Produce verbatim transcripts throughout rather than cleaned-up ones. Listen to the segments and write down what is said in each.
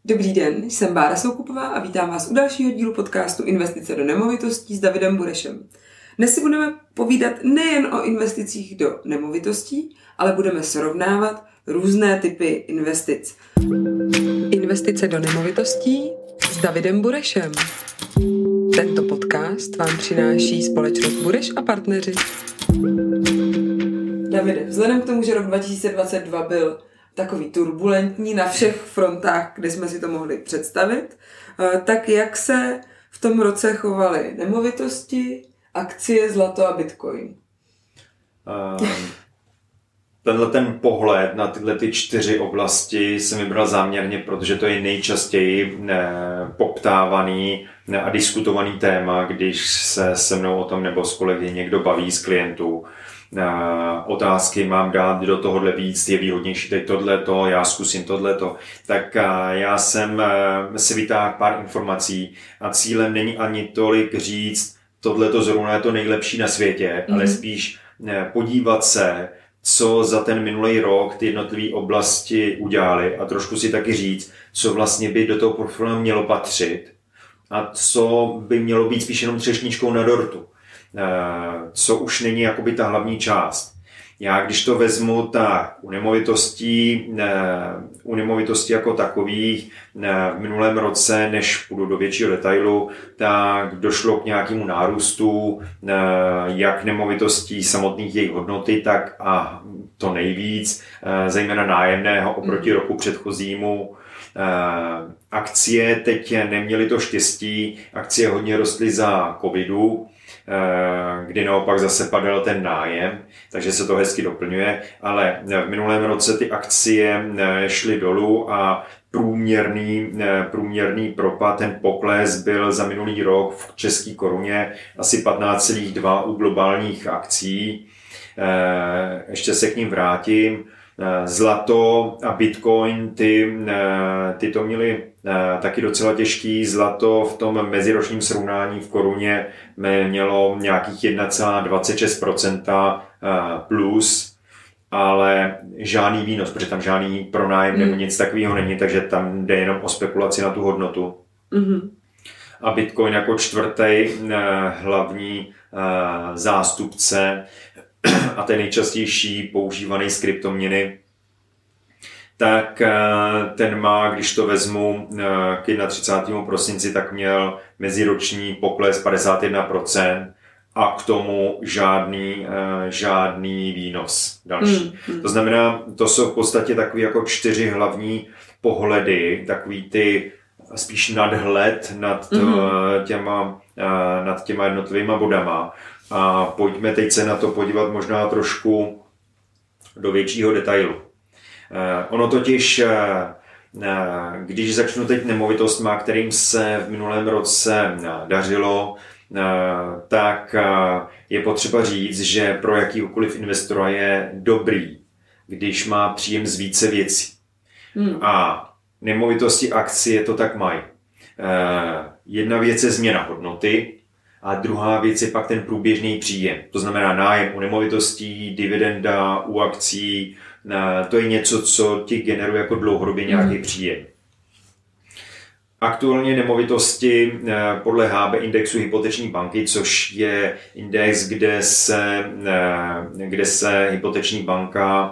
Dobrý den, jsem Bára Soukupová a vítám vás u dalšího dílu podcastu Investice do nemovitostí s Davidem Burešem. Dnes si budeme povídat nejen o investicích do nemovitostí, ale budeme srovnávat různé typy investic. Investice do nemovitostí s Davidem Burešem. Tento podcast vám přináší společnost Bureš a partneři. Davide, vzhledem k tomu, že rok dva tisíce dvacet dva byl takový turbulentní na všech frontách, kde jsme si to mohli představit, tak jak se v tom roce chovaly nemovitosti, akcie, zlato a bitcoin? Um, tenhle ten pohled na tyhle ty čtyři oblasti jsem vybral záměrně, protože to je nejčastěji ne, poptávaný ne, a diskutovaný téma, když se se mnou o tom nebo s kolegy někdo baví z klientů. Uh, otázky, mám dát do tohohle víc, je výhodnější teď tohleto, já zkusím tohleto. Tak uh, já jsem uh, si vytáhl pár informací a cílem není ani tolik říct, tohleto zrovna je to nejlepší na světě, mm-hmm. ale spíš uh, podívat se, co za ten minulý rok ty jednotlivé oblasti udělali a trošku si taky říct, co vlastně by do toho portfolia mělo patřit a co by mělo být spíš jenom třešničkou na dortu. Co už není jakoby ta hlavní část. Já když to vezmu, tak u nemovitostí, u nemovitostí jako takových v minulém roce, než půjdu do většího detailu, tak došlo k nějakému nárůstu jak nemovitostí samotných jejich hodnoty, tak a to nejvíc, zejména nájemného oproti roku předchozímu. Akcie teď neměly to štěstí, akcie hodně rostly za covidu, kdy naopak zase padal ten nájem, takže se to hezky doplňuje, ale v minulém roce ty akcie šly dolů a průměrný, průměrný propad, ten pokles byl za minulý rok v české koruně asi patnáct celá dva u globálních akcí. Ještě se k ním vrátím. Zlato a bitcoin, ty, ty to měly taky docela těžký. Zlato v tom meziročním srovnání v koruně mělo nějakých jedna celá dvacet šest procenta plus, ale žádný výnos, protože tam žádný pronájem mm. nebo nic takového není, takže tam jde jenom o spekulaci na tu hodnotu. Mm. A bitcoin jako čtvrtý hlavní zástupce a ten nejčastější používaný z kryptoměny, tak ten má, když to vezmu k třicátého prvního prosinci, tak měl meziroční pokles padesát jedna procent a k tomu žádný, žádný výnos další. Mm, mm. To znamená, to jsou v podstatě takový jako čtyři hlavní pohledy, takový ty spíš nadhled nad, mm. těma, nad těma jednotlivýma bodama. A pojďme teď se na to podívat možná trošku do většího detailu. Eh, ono totiž, eh, když začnu teď nemovitostma, kterým se v minulém roce dařilo, eh, tak eh, je potřeba říct, že pro jakýkoliv investora je dobrý, když má příjem z více věcí. Hmm. A nemovitosti, akcie to tak mají. Eh, jedna věc je změna hodnoty, a druhá věc je pak ten průběžný příjem. To znamená nájem u nemovitostí, dividenda u akcí. To je něco, co ti generuje jako dlouhodobě nějaký příjem. Aktuálně nemovitosti podle H B indexu hypoteční banky, což je index, kde se, kde se hypoteční banka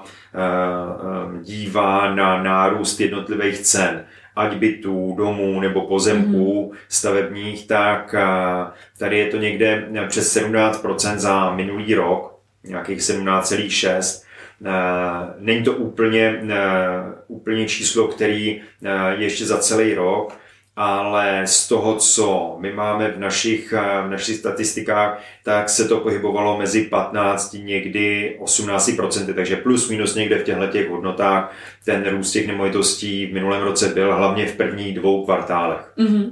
dívá na nárůst jednotlivých cen, ať bytů, domů nebo pozemků mm. stavebních, tak tady je to někde přes sedmnáct procent za minulý rok, nějakých sedmnáct celá šest. Není to úplně, úplně číslo, který je ještě za celý rok, ale z toho, co my máme v našich, v našich statistikách, tak se to pohybovalo mezi patnáct, někdy osmnáct procent, takže plus minus někde v těchto těch hodnotách ten růst těch nemovitostí v minulém roce byl hlavně v prvních dvou kvartálech. Mm-hmm.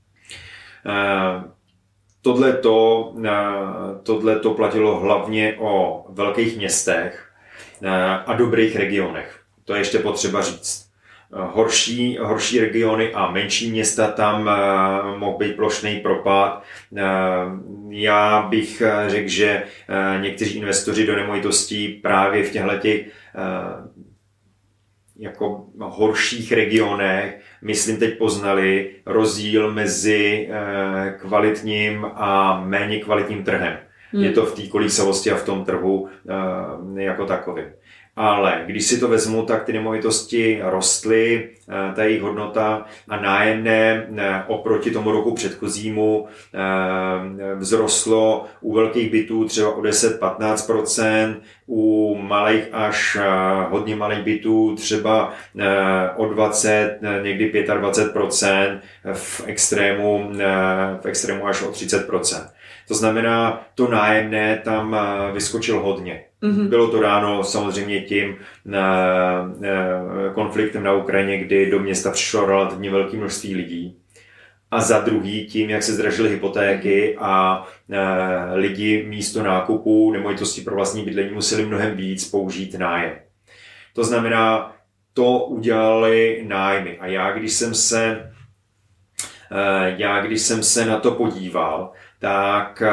Tohleto, tohleto platilo hlavně o velkých městech a dobrých regionech. To je ještě potřeba říct. Horší, horší regiony a menší města, tam uh, mohl být plošný propad. Uh, já bych řekl, že uh, někteří investoři do nemovitostí právě v těchto těch uh, jako horších regionech, myslím, teď poznali rozdíl mezi kvalitním a méně kvalitním trhem. Hmm. Je to v té kolísavosti a v tom trhu jako takový. Ale když si to vezmu, tak ty nemovitosti rostly, ta jejich hodnota a nájemné oproti tomu roku předchozímu vzrostlo u velkých bytů třeba o deset až patnáct procent, u malých až hodně malých bytů třeba o dvacet, někdy dvacet pět procent, v extrému, v extrému až o třicet procent. To znamená, to nájemné tam vyskočil hodně. Mm-hmm. Bylo to dáno samozřejmě tím konfliktem na Ukrajině, kdy do města přišlo relativně velké množství lidí. A za druhý tím, jak se zdražily hypotéky a lidi místo nákupu nemovitostí pro vlastní bydlení museli mnohem víc použít nájem. To znamená, to udělali nájmy. A já, když jsem se, já, když jsem se na to podíval, tak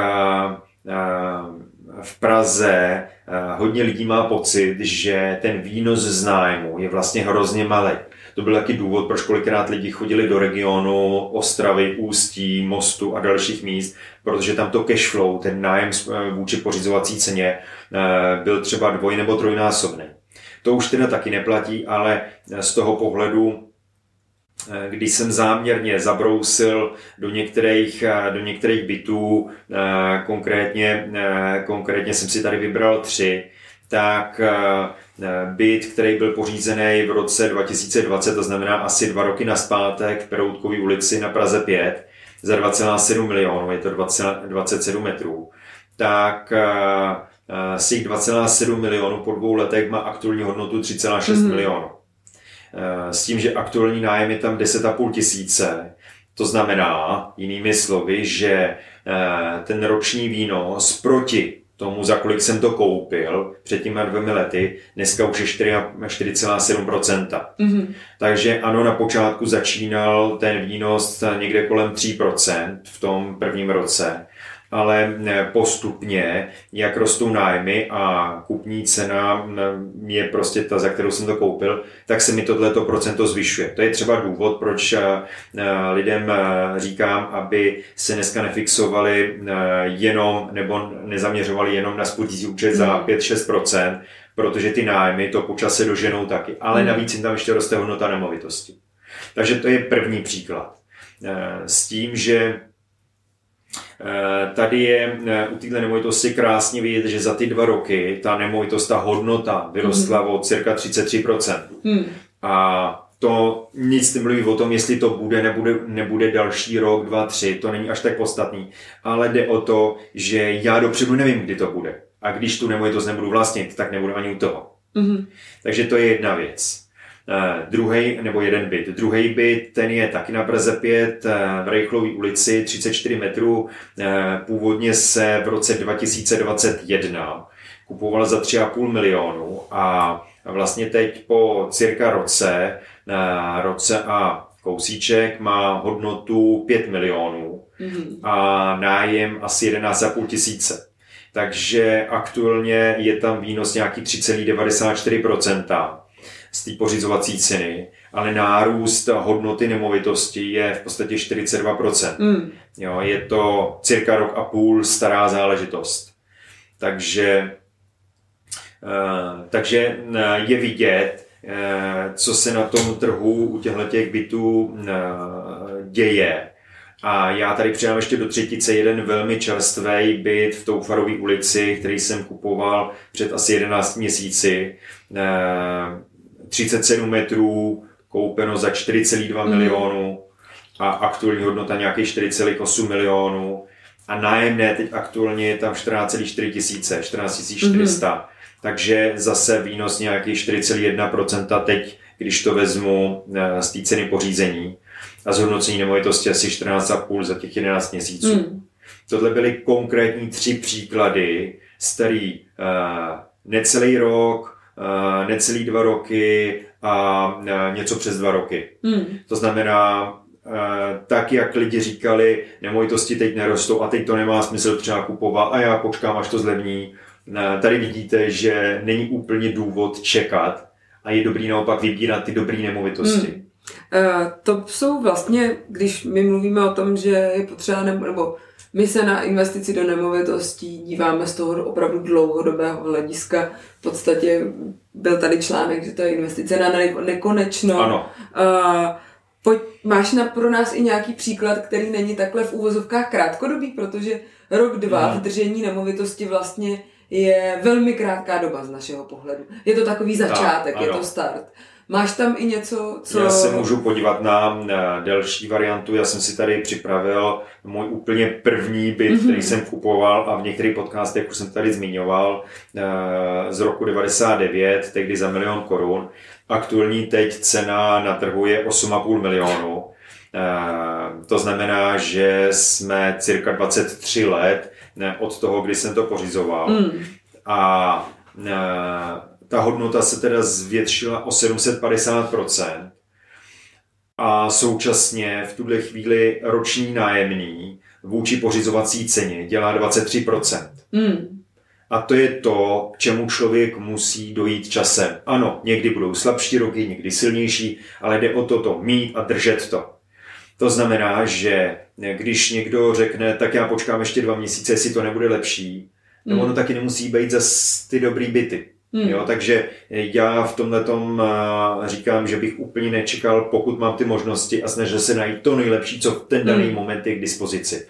v Praze hodně lidí má pocit, že ten výnos z nájmu je vlastně hrozně malý. To byl taky důvod, proč kolikrát lidi chodili do regionu Ostravy, Ústí, Mostu a dalších míst, protože tam to cash flow, ten nájem vůči pořizovací ceně byl třeba dvoj- nebo trojnásobný. To už teda taky neplatí, ale z toho pohledu, když jsem záměrně zabrousil do některých, do některých bytů, konkrétně, konkrétně jsem si tady vybral tři, tak byt, který byl pořízený v roce dva tisíce dvacet, to znamená asi dva roky nazpátek v Peroutkové ulici na Praze pět, za dva celá sedm milionů, je to dvacet sedm metrů, tak z těch dva celá sedm milionů po dvou letech má aktuální hodnotu tři celá šest mm. milionů. S tím, že aktuální nájem je tam deset a půl tisíce. To znamená, jinými slovy, že ten roční výnos proti tomu, za kolik jsem to koupil před těmi dvěmi lety, dneska už je čtyři celá sedm procenta. Mm-hmm. Takže ano, na počátku začínal ten výnos někde kolem tři procenta v tom prvním roce, ale postupně, jak rostou nájmy a kupní cena je prostě ta, za kterou jsem to koupil, tak se mi tohleto procento zvyšuje. To je třeba důvod, proč lidem říkám, aby se dneska nefixovali jenom nebo nezaměřovali jenom na spořící účet za pět až šest procent, protože ty nájmy to po čase doženou taky, ale navíc jim tam ještě roste hodnota nemovitosti. Takže to je první příklad. S tím, že tady je u této nemovitosti krásně vidět, že za ty dva roky ta nemovitost, ta hodnota vyrostla mm. o cirka třicet tři procent. Mm. A to nic nemluví o tom, jestli to bude, nebude, nebude další rok, dva, tři, to není až tak podstatný. Ale jde o to, že já dopředu nevím, kdy to bude. A když tu nemovitost nebudu vlastnit, tak nebudu ani u toho. Mm. Takže to je jedna věc. Uh, druhý, nebo jeden byt. Druhý byt, ten je taky na Praze pět, uh, v Rejchlové ulici, třicet čtyři metrů. Uh, původně se v roce dva tisíce dvacet jedna kupoval za tři a půl milionu a vlastně teď po cirka roce, uh, roce a kousíček má hodnotu pět milionů mm-hmm. a nájem asi jedenáct a půl tisíce. Takže aktuálně je tam výnos nějaký tři celá devadesát čtyři procenta. Z té pořizovací ceny, ale nárůst hodnoty nemovitosti je v podstatě čtyřicet dva procent. Mm. Jo, je to cirka rok a půl stará záležitost. Takže, uh, takže je vidět, uh, co se na tom trhu u těchto bytů uh, děje. A já tady přidám ještě do třetice jeden velmi čerstvý byt v Toufarové ulici, který jsem kupoval před asi jedenácti měsíci. Uh, třicet sedm metrů, koupeno za čtyři celá dva mm. milionu a aktuální hodnota nějakých čtyři celá osm milionů a nájemné teď aktuálně je tam čtrnáct celá čtyři tisíce, čtrnáct tisíc čtyři sta. Mm. Takže zase výnos nějaký čtyři celá jedna procenta teď, když to vezmu z té ceny pořízení a zhodnocení nemovitosti asi čtrnáct celá pět za těch jedenáct měsíců. Mm. Tohle byly konkrétní tři příklady, starý uh, necelý rok, Uh, necelý dva roky a uh, něco přes dva roky. Mm. To znamená, uh, tak jak lidi říkali, nemovitosti teď nerostou a teď to nemá smysl třeba kupovat a já počkám, až to zlevní. Uh, tady vidíte, že není úplně důvod čekat a je dobrý naopak vybírat ty dobré nemovitosti. Hmm. Uh, to jsou vlastně, když my mluvíme o tom, že je potřeba, nebo, nebo my se na investici do nemovitostí díváme z toho opravdu dlouhodobého hlediska. V podstatě byl tady článek, že to je investice na nekonečno. Ano. Uh, pojď, máš na, pro nás i nějaký příklad, který není takhle v úvozovkách krátkodobý, protože rok, dva hmm. v držení nemovitosti vlastně je velmi krátká doba z našeho pohledu. Je to takový začátek, tak, je to start. Máš tam i něco, co... Já se můžu podívat na, na delší variantu. Já jsem si tady připravil můj úplně první byt, mm-hmm. který jsem kupoval a v některých podcastech už jsem tady zmiňoval z roku devadesát devět, tehdy za milion korun. Aktuální teď cena na trhu je osm a půl milionu. To znamená, že jsme cirka dvacet tři let od toho, kdy jsem to pořizoval. Mm. A ta hodnota se teda zvětšila o sedm set padesát procent a současně v tuhle chvíli roční nájemný vůči pořizovací ceně dělá dvacet tři procent. Mm. A to je to, k čemu člověk musí dojít časem. Ano, někdy budou slabší roky, někdy silnější, ale jde o to, to mít a držet to. To znamená, že když někdo řekne, tak já počkám ještě dva měsíce, jestli to nebude lepší, mm. no ono taky nemusí být za ty dobrý byty. Hmm. Jo, takže já v tomhletom říkám, že bych úplně nečekal, pokud mám ty možnosti a snažil se najít to nejlepší, co v ten daný hmm. moment je k dispozici.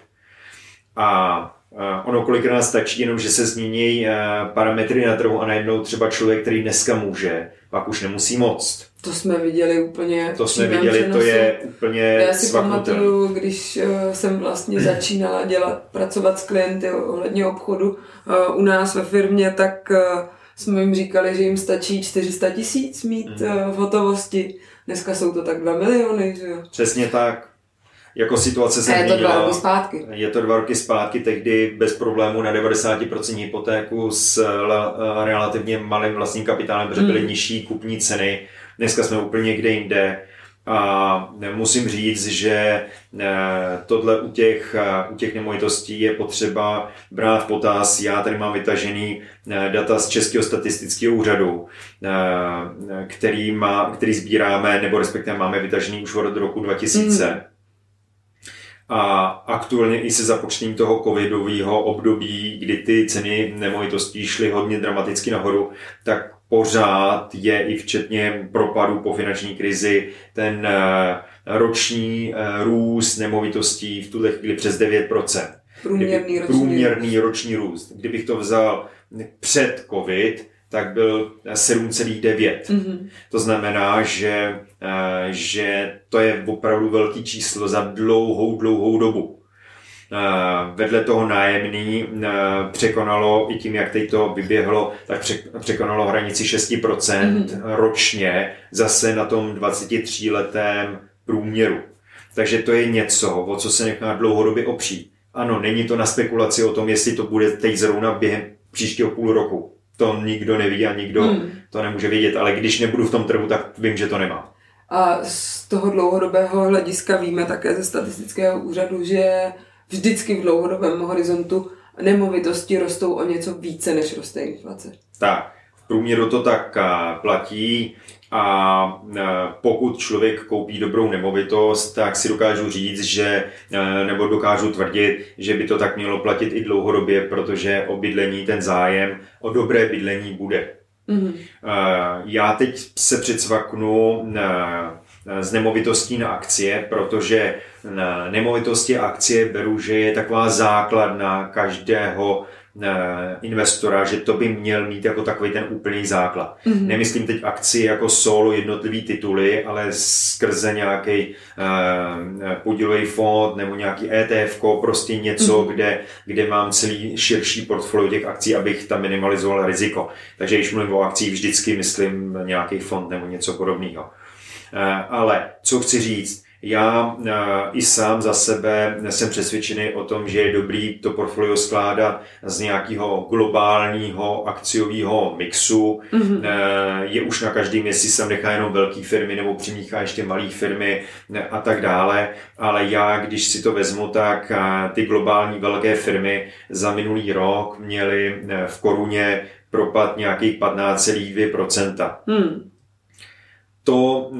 A ono kolikrát stačí jenom, že se změní parametry na trhu a najednou třeba člověk, který dneska může, pak už nemusí moc. To jsme viděli úplně. To jsme viděli, přenosu. To je úplně Já si svaknuté. Pamatuju, když jsem vlastně začínala dělat, pracovat s klienty ohledně obchodu u nás ve firmě, tak jsme jim říkali, že jim stačí čtyři sta tisíc mít mm. v hotovosti. Dneska jsou to tak dva miliony, že jo? Přesně tak. Jako situace se měnila. Je to dva roky zpátky. Je to dva roky zpátky, tehdy bez problému na devadesát procent hypotéku s relativně malým vlastním kapitálem, protože byly mm. nižší kupní ceny. Dneska jsme úplně někde jinde. A musím říct, že tohle u těch, u těch nemovitostí je potřeba brát v potaz. Já tady mám vytažený data z Českého statistického úřadu, který, má, který sbíráme, nebo respektive máme vytažený už od roku dva tisíce. Mm. A aktuálně i se započtením toho covidového období, kdy ty ceny nemovitostí šly hodně dramaticky nahoru, tak pořád je i včetně propadu po finanční krizi ten roční růst nemovitostí v tuhle chvíli přes devět procent. Průměrný, roční, průměrný růst. roční růst. Kdybych to vzal před covid, tak byl sedm celá devět. Mm-hmm. To znamená, že, že to je opravdu velký číslo za dlouhou, dlouhou dobu. Vedle toho nájemný překonalo, i tím, jak teď to vyběhlo, tak překonalo hranici šest procent mm-hmm. ročně zase na tom dvacetitříletém průměru. Takže to je něco, o co se nechá dlouhodobě opřít. Ano, není to na spekulaci o tom, jestli to bude teď zrovna během příštího půl roku. To nikdo neví a nikdo mm. to nemůže vědět, ale když nebudu v tom trhu, tak vím, že to nemá. A z toho dlouhodobého hlediska víme také ze statistického úřadu, že vždycky v dlouhodobém horizontu nemovitosti rostou o něco více, než roste inflace. Tak, v průměru to tak platí a pokud člověk koupí dobrou nemovitost, tak si dokážu říct, že, nebo dokážu tvrdit, že by to tak mělo platit i dlouhodobě, protože o bydlení ten zájem, o dobré bydlení bude. Mm-hmm. Já teď se přicvaknu z nemovitostí na akcie, protože na nemovitosti a akcie beru, že je taková základna každého investora, že to by měl mít jako takový ten úplný základ. Mm-hmm. Nemyslím teď akci jako solo jednotlivý tituly, ale skrze nějaký uh, podílový fond nebo nějaký E T F, prostě něco, mm-hmm. kde, kde mám celý širší portfolio těch akcí, abych tam minimalizoval riziko. Takže když mluvím o akcích, vždycky myslím nějaký fond nebo něco podobného. Uh, ale co chci říct, já uh, i sám za sebe jsem přesvědčený o tom, že je dobrý to portfolio skládat z nějakého globálního akciového mixu. Mm-hmm. Uh, je už na každém, jestli se nechá jenom velké firmy nebo přimíchá ještě malé firmy a tak dále. Ale já, když si to vezmu, tak uh, ty globální velké firmy za minulý rok měly uh, v koruně propad nějakých patnáct celá dvě procenta. Mm. To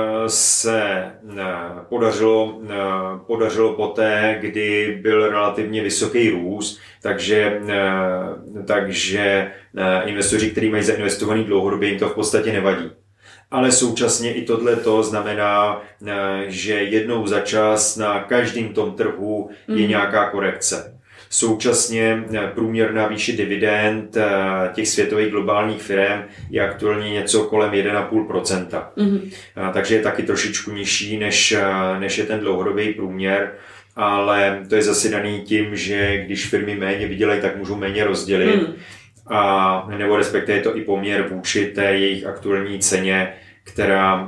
se podařilo, podařilo poté, kdy byl relativně vysoký růst, takže, takže investoři, kteří mají zainvestovaný dlouhodobě, jim to v podstatě nevadí. Ale současně i tohleto znamená, že jednou za čas na každém tom trhu je nějaká korekce. Současně průměrná výše dividend těch světových globálních firm je aktuálně něco kolem jedna celá pět procenta. Mm-hmm. Takže je taky trošičku nižší, než, než je ten dlouhodobý průměr, ale to je zase daný tím, že když firmy méně vydělají, tak můžou méně rozdělit. Mm. A, nebo respektive je to i poměr vůči té jejich aktuální ceně, která,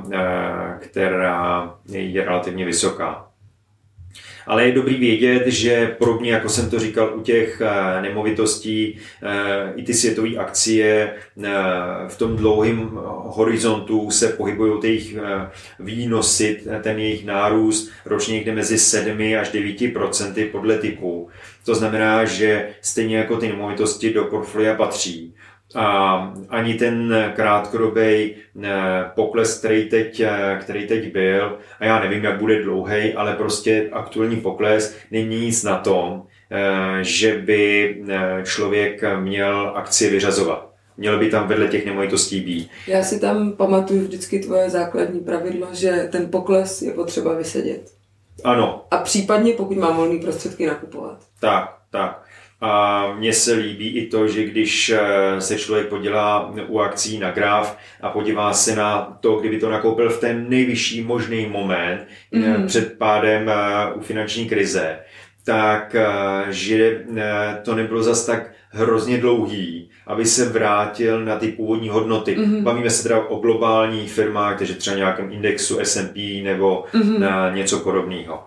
která je relativně vysoká. Ale je dobrý vědět, že podobně jako jsem to říkal u těch nemovitostí, i ty světové akcie v tom dlouhém horizontu se pohybují ty jejich výnosy, ten jejich nárůst ročně někde mezi sedm až devět procent podle typu. To znamená, že stejně jako ty nemovitosti do portfolia patří. A ani ten krátkodobý pokles, který teď, který teď byl, a já nevím, jak bude dlouhý, ale prostě aktuální pokles, není nic na tom, že by člověk měl akcie vyřazovat. Měl by tam vedle těch nemovitostí být. Já si tam pamatuju vždycky tvoje základní pravidlo, že ten pokles je potřeba vysedět. Ano. A případně, pokud mám volné prostředky, nakupovat. Tak, tak. A mně se líbí i to, že když se člověk podělá u akcí na graf a podívá se na to, kdyby to nakoupil v ten nejvyšší možný moment mm. před pádem u finanční krize, tak že to nebylo zas tak hrozně dlouhý, aby se vrátil na ty původní hodnoty. Mm-hmm. Bavíme se teda o globálních firmách, takže třeba nějakém indexu S and P nebo mm-hmm. na něco podobného.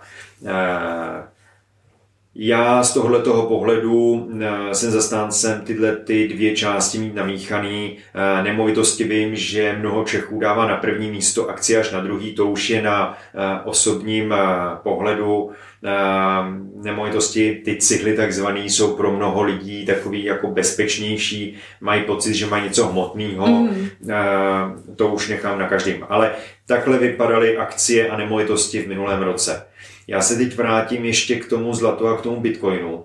Já z tohoto pohledu jsem zastáncem tyhle ty dvě části mít namíchaný. Nemovitosti vím, že mnoho Čechů dává na první místo, akcie až na druhý, to už je na osobním pohledu. Nemovitosti, ty cykly takzvaný, jsou pro mnoho lidí takový jako bezpečnější, mají pocit, že mají něco hmotného, mm. to už nechám na každém. Ale takhle vypadaly akcie a nemovitosti v minulém roce. Já se teď vrátím ještě k tomu zlatu a k tomu bitcoinu.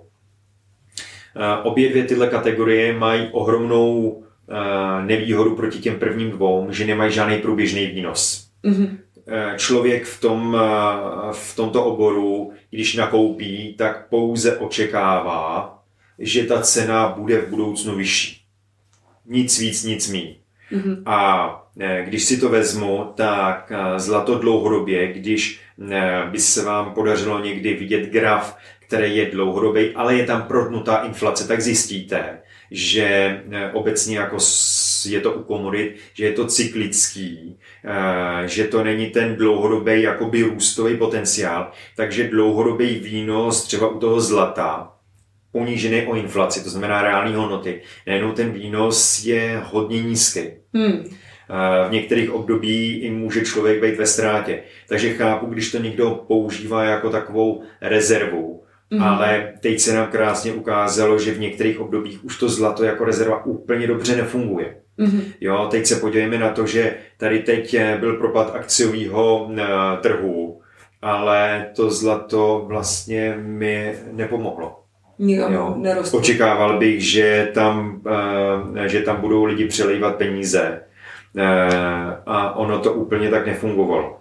Obě dvě tyhle kategorie mají ohromnou nevýhodu proti těm prvním dvou, že nemají žádný průběžný výnos. Mm-hmm. Člověk v, tom, v tomto oboru, když nakoupí, tak pouze očekává, že ta cena bude v budoucnu vyšší. Nic víc, nic míň. Mm-hmm. A když si to vezmu, tak zlato dlouhodobě, když by se vám podařilo někdy vidět graf, který je dlouhodobý, ale je tam prodnutá inflace, tak zjistíte, že obecně jako je to u komodit, že je to cyklický, že to není ten dlouhodobý jakoby růstový potenciál, takže dlouhodobý výnos třeba u toho zlata ponížený o inflaci, to znamená reální hodnoty, nejenom ten výnos je hodně nízký. Hmm. V některých období i může člověk být ve ztrátě. Takže chápu, když to někdo používá jako takovou rezervu. Mm. Ale teď se nám krásně ukázalo, že v některých obdobích už to zlato jako rezerva úplně dobře nefunguje. Mm. Jo, teď se podívejme na to, že tady teď byl propad akciového trhu, ale to zlato vlastně mi nepomohlo. Jo. Očekával bych, že tam, že tam budou lidi přelejvat peníze. A ono to úplně tak nefungovalo.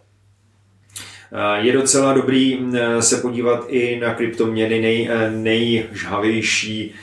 Je docela dobrý se podívat i na kryptoměny. Nej, nejžhavější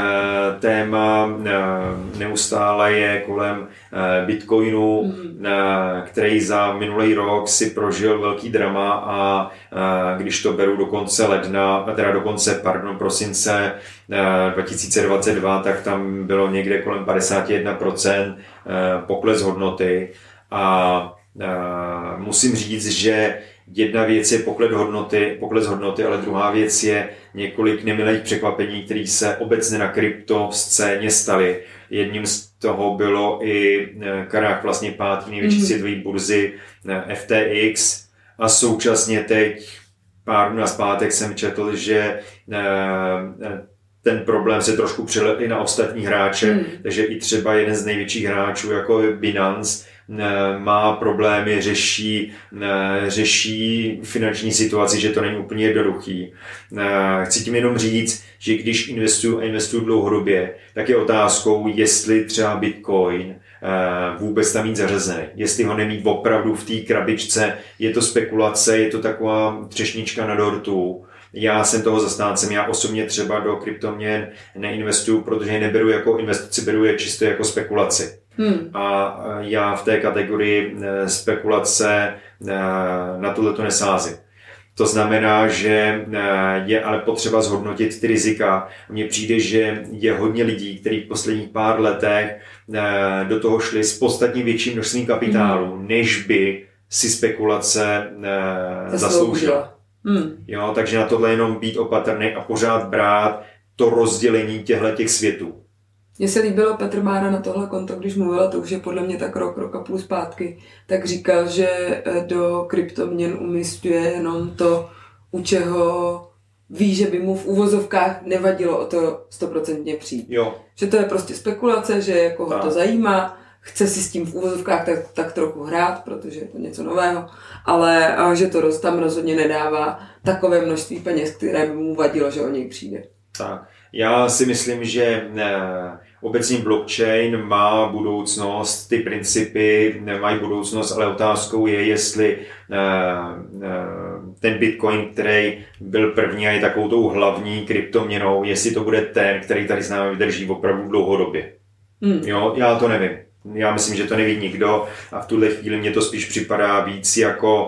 téma neustále je kolem Bitcoinu, mm. který za minulý rok si prožil velký drama a když to beru do konce ledna, teda do konce, pardon, prosince dva tisíce dvacet dva, tak tam bylo někde kolem padesát jedna procent pokles hodnoty a musím říct, že jedna věc je pokles hodnoty, pokles hodnoty, ale druhá věc je několik nemilých překvapení, které se obecně na krypto scéně staly. Jedním z toho bylo i krach vlastně pátý největší mm-hmm. světové burzy F T X a současně teď pár dnů nazpátek jsem četl, že ten problém se trošku přelil i na ostatní hráče, hmm. takže i třeba jeden z největších hráčů jako Binance má problémy, řeší, řeší finanční situaci, že to není úplně jednoduchý. Chci tím jenom říct, že když investuju a investuju dlouhodobě, tak je otázkou, jestli třeba Bitcoin vůbec tam mít zařazený. Jestli ho nemít opravdu v té krabičce, je to spekulace, je to taková třešnička na dortu. Já jsem toho zastáncem, já osobně třeba do kryptoměn neinvestuju, protože je neberu jako investici, beru je čistě jako spekulaci. Hmm. A já v té kategorii spekulace na tohle to nesázím. To znamená, že je ale potřeba zhodnotit ty rizika. Mně přijde, že je hodně lidí, kteří v posledních pár letech do toho šli s podstatně větším množstvím kapitálu, hmm. než by si spekulace zasloužila. Hmm. Jo, takže na tohle jenom být opatrný a pořád brát to rozdělení těchto světů. Mně se líbilo Petr Mára na tohle konto, když mluvila, to už je podle mě tak rok, rok a půl zpátky, tak říkal, že do kryptoměn umístuje jenom to, u čeho ví, že by mu v úvozovkách nevadilo o to stoprocentně přijít. Jo. Že to je prostě spekulace, že jako ho to zajímá, chce si s tím v úvozovkách tak, tak trochu hrát, protože je to něco nového, ale že to roz, tam rozhodně nedává takové množství peněz, které by mu vadilo, že o něj přijde. Tak. Já si myslím, že obecný blockchain má budoucnost, ty principy mají budoucnost, ale otázkou je, jestli ten Bitcoin, který byl první a je takovou tou hlavní kryptoměnou, jestli to bude ten, který tady s námi vydrží opravdu dlouhodobě. Hmm. Jo, já to nevím. Já myslím, že to neví nikdo a v tuhle chvíli mně to spíš připadá víc jako,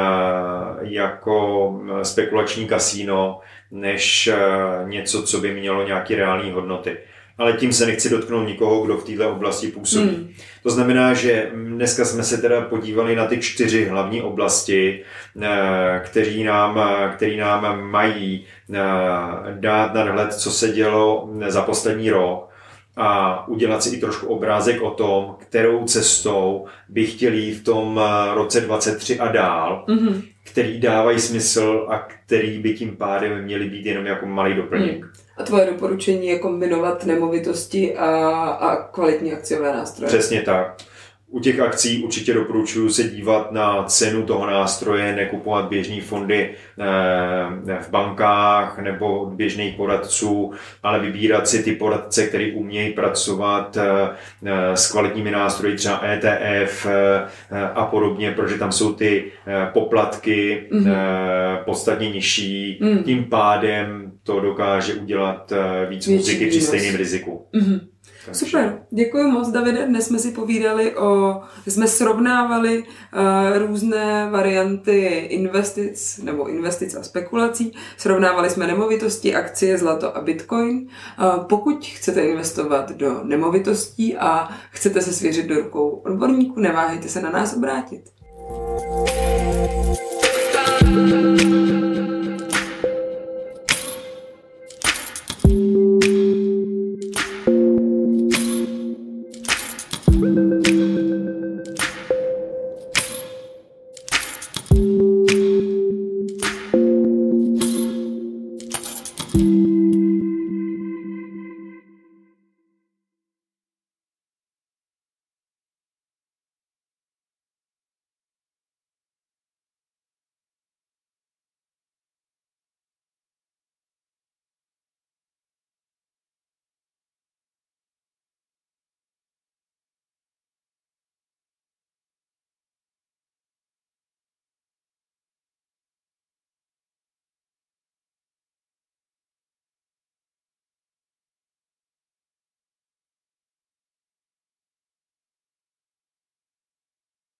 jako spekulační kasíno, než něco, co by mělo nějaké reální hodnoty. Ale tím se nechci dotknout nikoho, kdo v této oblasti působí. Hmm. To znamená, že dneska jsme se teda podívali na ty čtyři hlavní oblasti, který nám, který nám mají dát nadhled, co se dělo za poslední rok a udělat si i trošku obrázek o tom, kterou cestou by chtěli jít v tom roce dvacet tři a dál, mm-hmm. který dávají smysl a který by tím pádem měly být jenom jako malý doplněk. Mm. A tvoje doporučení je kombinovat nemovitosti a, a kvalitní akciové nástroje. Přesně tak. U těch akcí určitě doporučuji se dívat na cenu toho nástroje, nekupovat běžné fondy v bankách nebo od běžných poradců, ale vybírat si ty poradce, kteří umějí pracovat s kvalitními nástroji, třeba E T F a podobně, protože tam jsou ty poplatky mm-hmm. podstatně nižší. Mm. Tím pádem to dokáže udělat víc muziky při stejném riziku. Mm-hmm. Super, děkuji moc, Davide. Dnes jsme si povídali o, jsme srovnávali uh, různé varianty investic nebo investic a spekulací. Srovnávali jsme nemovitosti, akcie, zlato a bitcoin. Uh, pokud chcete investovat do nemovitostí a chcete se svěřit do rukou odborníků, neváhejte se na nás obrátit.